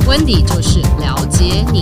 温迪就是了解你。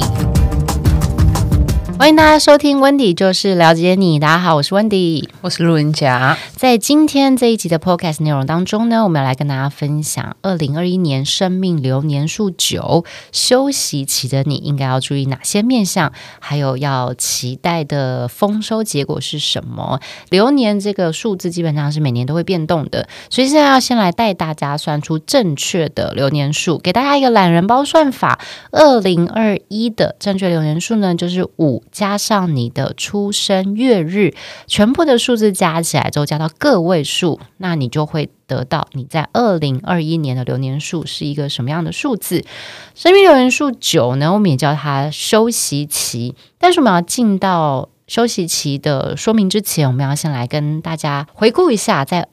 欢迎大家收听温迪就是了解你。大家好，我是温迪， 我是路人甲。 在今天这一集的 podcast 内容当中呢，我们要来跟大家分享2021年生命流年数9休息期的你应该要注意哪些面向，还有要期待的丰收结果是什么。流年这个数字基本上是每年都会变动的，所以现在要先来带大家算出正确的流年数，给大家一个懒人包算法。2021的正确流年数呢，就是5加上你的出生月日，全部的数字加起来之后加到个位数，那你就会得到你在2021年的流年数是一个什么样的数字。生命流年数9呢，我们也叫它休息期。但是我们要进到休息期的说明之前，我们要先来跟大家回顾一下，在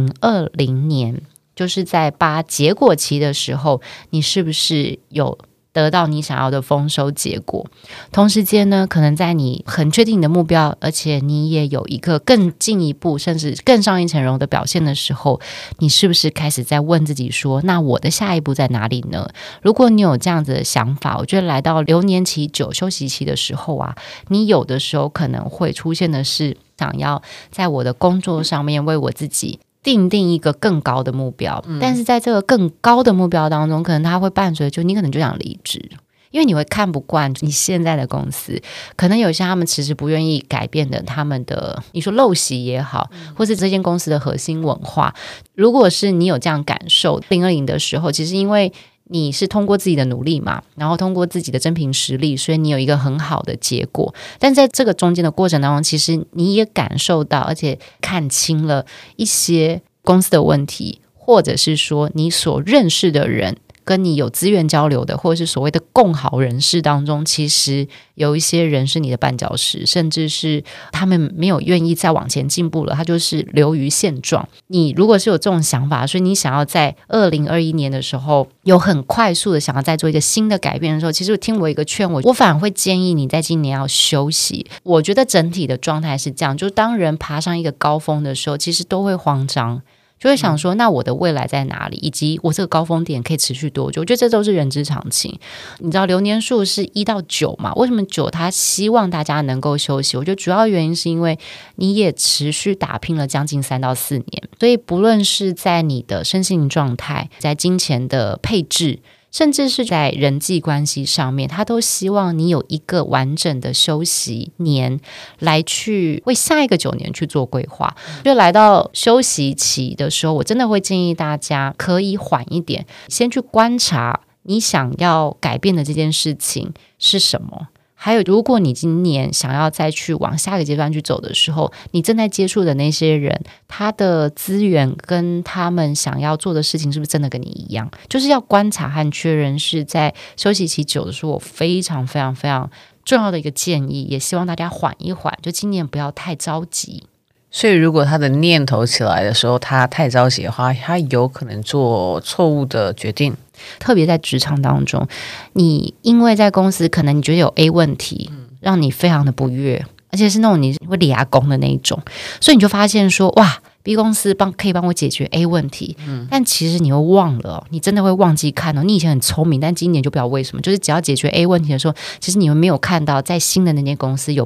2020年，就是在8结果期的时候，你是不是有得到你想要的丰收结果。同时间呢，可能在你很确定你的目标，而且你也有一个更进一步甚至更上一层楼的表现的时候，你是不是开始在问自己说，那我的下一步在哪里呢？如果你有这样子的想法，我觉得来到流年期9休息期的时候啊，你有的时候可能会出现的是想要在我的工作上面为我自己定一个更高的目标，但是在这个更高的目标当中，可能它会伴随就你可能就想离职，因为你会看不惯你现在的公司，可能有些他们迟迟不愿意改变的他们的你说陋习也好，或是这间公司的核心文化。如果是你有这样感受2020的时候，其实因为你是通过自己的努力嘛，然后通过自己的真凭实力，所以你有一个很好的结果。但在这个中间的过程当中，其实你也感受到而且看清了一些公司的问题，或者是说你所认识的人跟你有资源交流的，或者是所谓的共好人士当中，其实有一些人是你的绊脚石，甚至是他们没有愿意再往前进步了，他就是流于现状。你如果是有这种想法，所以你想要在2021年的时候有很快速的想要再做一个新的改变的时候，其实听我一个劝，我反而会建议你在今年要休息。我觉得整体的状态是这样，就是当人爬上一个高峰的时候，其实都会慌张，就会想说那我的未来在哪里，以及我这个高峰点可以持续多久。我觉得这都是人之常情。你知道流年数是1到9嘛，为什么9他希望大家能够休息？我觉得主要原因是因为你也持续打拼了将近3到4年，所以不论是在你的身心灵状态，在金钱的配置，甚至是在人际关系上面，他都希望你有一个完整的休息年来去为下一个9年去做规划。就来到休息期的时候，我真的会建议大家可以缓一点，先去观察你想要改变的这件事情是什么。还有如果你今年想要再去往下个阶段去走的时候，你正在接触的那些人，他的资源跟他们想要做的事情是不是真的跟你一样，就是要观察和确认。是在休息期9的时候，我非常非常非常重要的一个建议，也希望大家缓一缓，就今年不要太着急。 所以如果他的念头起来的时候，他太着急的话，他有可能做错误的决定。 特别在职场当中，你因为在公司可能你觉得有 A 问题，让你非常的不悦，而且是那种你会理牙工的那一种，所以你就发现说哇，B 公司可以帮我解决 A 问题，但其实你会忘了你真的会忘记看你以前很聪明，但今年就不知道为什么，就是只要解决 A 问题的时候，其实你们没有看到在新的那间公司有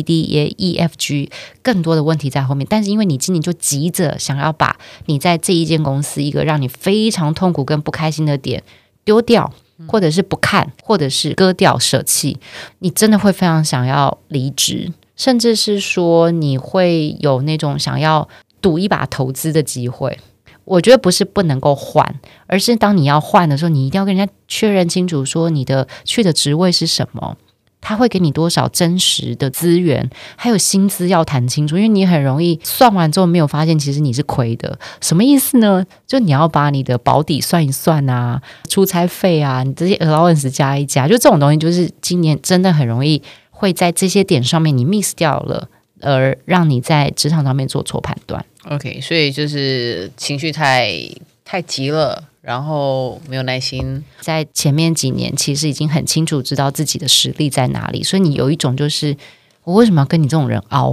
B、C、D、E、F、G 更多的问题在后面，但是因为你今年就急着想要把你在这一间公司一个让你非常痛苦跟不开心的点丢掉，或者是不看，或者是割掉舍弃，你真的会非常想要离职，甚至是说你会有那种想要赌一把投资的机会。我觉得不是不能够换，而是当你要换的时候，你一定要跟人家确认清楚说你的去的职位是什么，他会给你多少真实的资源，还有薪资要谈清楚，因为你很容易算完之后没有发现其实你是亏的。什么意思呢？就你要把你的保底算一算啊，出差费啊，你这些 allowance 加一加，就这种东西就是今年真的很容易会在这些点上面你 miss 掉了，而让你在职场上面做错判断。 OK， 所以就是情绪太急了，然后没有耐心。 在前面几年其实已经很清楚知道自己的实力在哪里，所以你有一种就是我为什么要跟你这种人凹啊，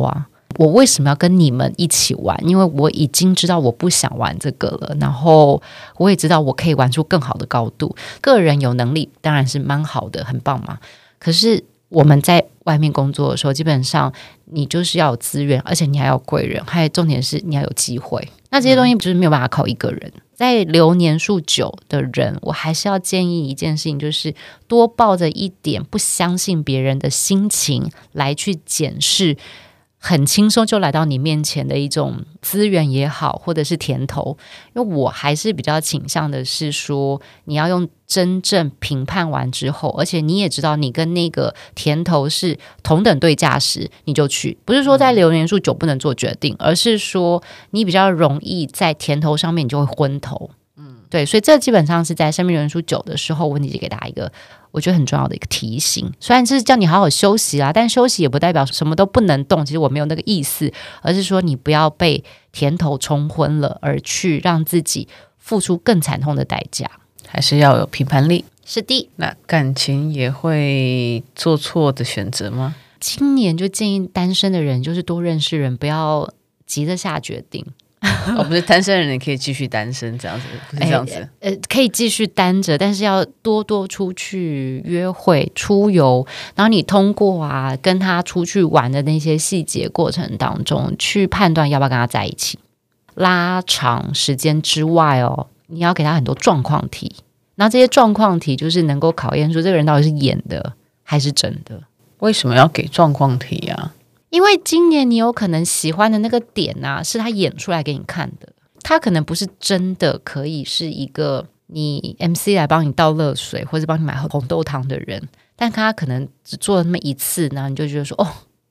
我为什么要跟你们一起玩？因为我已经知道我不想玩这个了，然后我也知道我可以玩出更好的高度。个人有能力当然是蛮好的，很棒嘛。可是我们在外面工作的时候，基本上你就是要有资源，而且你还要有贵人，还有重点是你要有机会。那这些东西就是没有办法靠一个人。在流年数久的人，我还是要建议一件事情，就是多抱着一点不相信别人的心情来去检视很轻松就来到你面前的一种资源也好，或者是甜头。因为我还是比较倾向的是说，你要用真正评判完之后，而且你也知道你跟那个甜头是同等对价时，你就去。不是说在流年数久不能做决定，而是说你比较容易在甜头上面你就会昏头。对，所以这基本上是在生命流年数久的时候，温迪姐给大家一个我觉得很重要的一个提醒。虽然是叫你好好休息啦，但休息也不代表什么都不能动，其实我没有那个意思，而是说你不要被甜头冲昏了，而去让自己付出更惨痛的代价。 还是要有评判力。 是的。 那感情也会做错的选择吗？ 今年就建议单身的人就是多认识人，不要急着下决定。 不是单身的人你可以继续单身这样子，不是这样子。 可以继续单着，但是要多多出去约会、出游，然后你通过跟他出去玩的那些细节过程当中，去判断要不要跟他在一起。拉长时间之外你要给他很多状况题，然后这些状况题就是能够考验说这个人到底是演的还是真的。 为什么要给状况题啊？ 因为今年你有可能喜欢的那个点是他演出来给你看的，他可能不是真的可以是一个你 MC 来帮你倒热水或者帮你买红豆汤的人，但他可能只做了那么一次，然后你就觉得说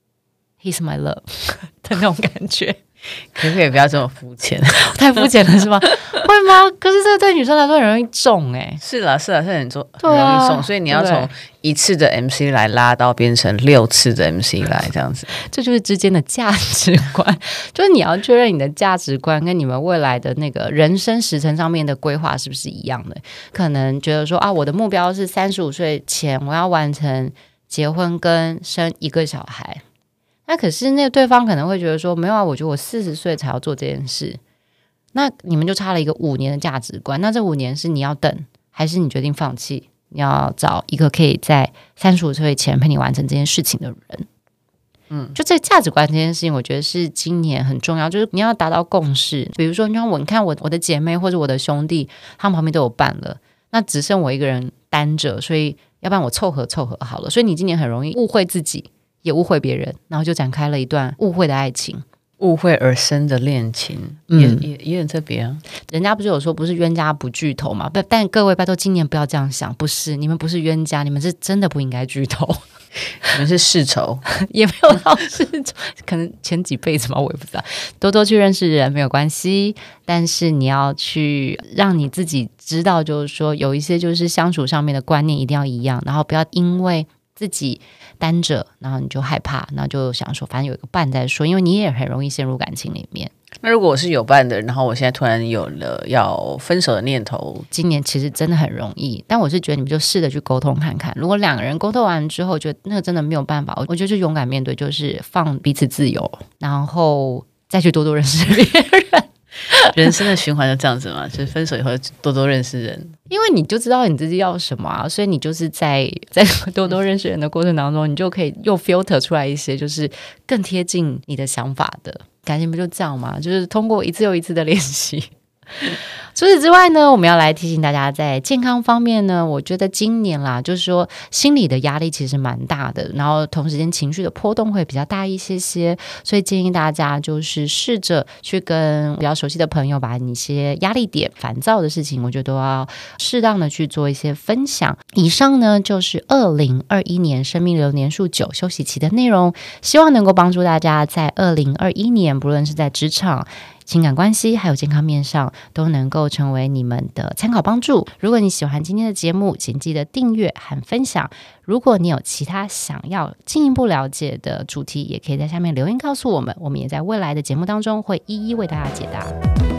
he's my love 的那种感觉。 可不可以不要这么肤浅？ 太肤浅了是吗？会吗？可是这个对女生来说很容易中是啦，是很容易中，所以你要从一次的 MC 来拉到变成6次的 MC 来这样子。 这就是之间的价值观，就是你要确认你的价值观跟你们未来的那个人生时程上面的规划是不是一样的。可能觉得说我的目标是35岁前我要完成结婚跟生一个小孩，那可是那个对方可能会觉得说没有我觉得我40岁才要做这件事，那你们就差了一个5年的价值观。那这5年是你要等还是你决定放弃，你要找一个可以在35岁前陪你完成这件事情的人。就这价值观这件事情我觉得是今年很重要，就是你要达到共识。比如说你看我的姐妹或者我的兄弟他们旁边都有伴了，那只剩我一个人单着，所以要不然我凑合好了。所以你今年很容易误会自己也误会别人，然后就展开了一段误会的爱情， 误会而生的恋情，也很特别啊。 人家不是有说不是冤家不聚头嘛？但各位拜托今年不要这样想，不是，你们不是冤家，你们是真的不应该聚头， 你们是世仇。 也没有到世仇，可能前几辈子嘛，我也不知道。多多去认识人没有关系，但是你要去让你自己知道，就是说有一些就是相处上面的观念一定要一样，然后不要因为自己单着然后你就害怕，然后就想说反正有一个伴在说，因为你也很容易陷入感情里面。 那如果我是有伴的，然后我现在突然有了要分手的念头， 今年其实真的很容易，但我是觉得你们就试着去沟通看看。如果2个人沟通完之后觉得那个真的没有办法，我觉得就勇敢面对，就是放彼此自由，然后再去多多认识别人。 人生的循环就这样子嘛，就是分手以后多多认识人， 因为你就知道你自己要什么所以你就是在多多认识人的过程当中，你就可以又 filter 出来一些就是更贴近你的想法的感情。不就这样吗？就是通过一次又一次的练习。除此之外呢，我们要来提醒大家，在健康方面呢，我觉得今年啦，就是说心理的压力其实蛮大的，然后同时间情绪的波动会比较大一些，所以建议大家就是试着去跟比较熟悉的朋友，把你一些压力点、烦躁的事情，我觉得都要适当的去做一些分享。以上呢就是2021年生命流年数9休息期的内容，希望能够帮助大家在2021年，不论是在职场、情感关系还有健康面上都能够成为你们的参考帮助。如果你喜欢今天的节目，请记得订阅和分享。如果你有其他想要进一步了解的主题，也可以在下面留言告诉我们，我们也在未来的节目当中会一一为大家解答。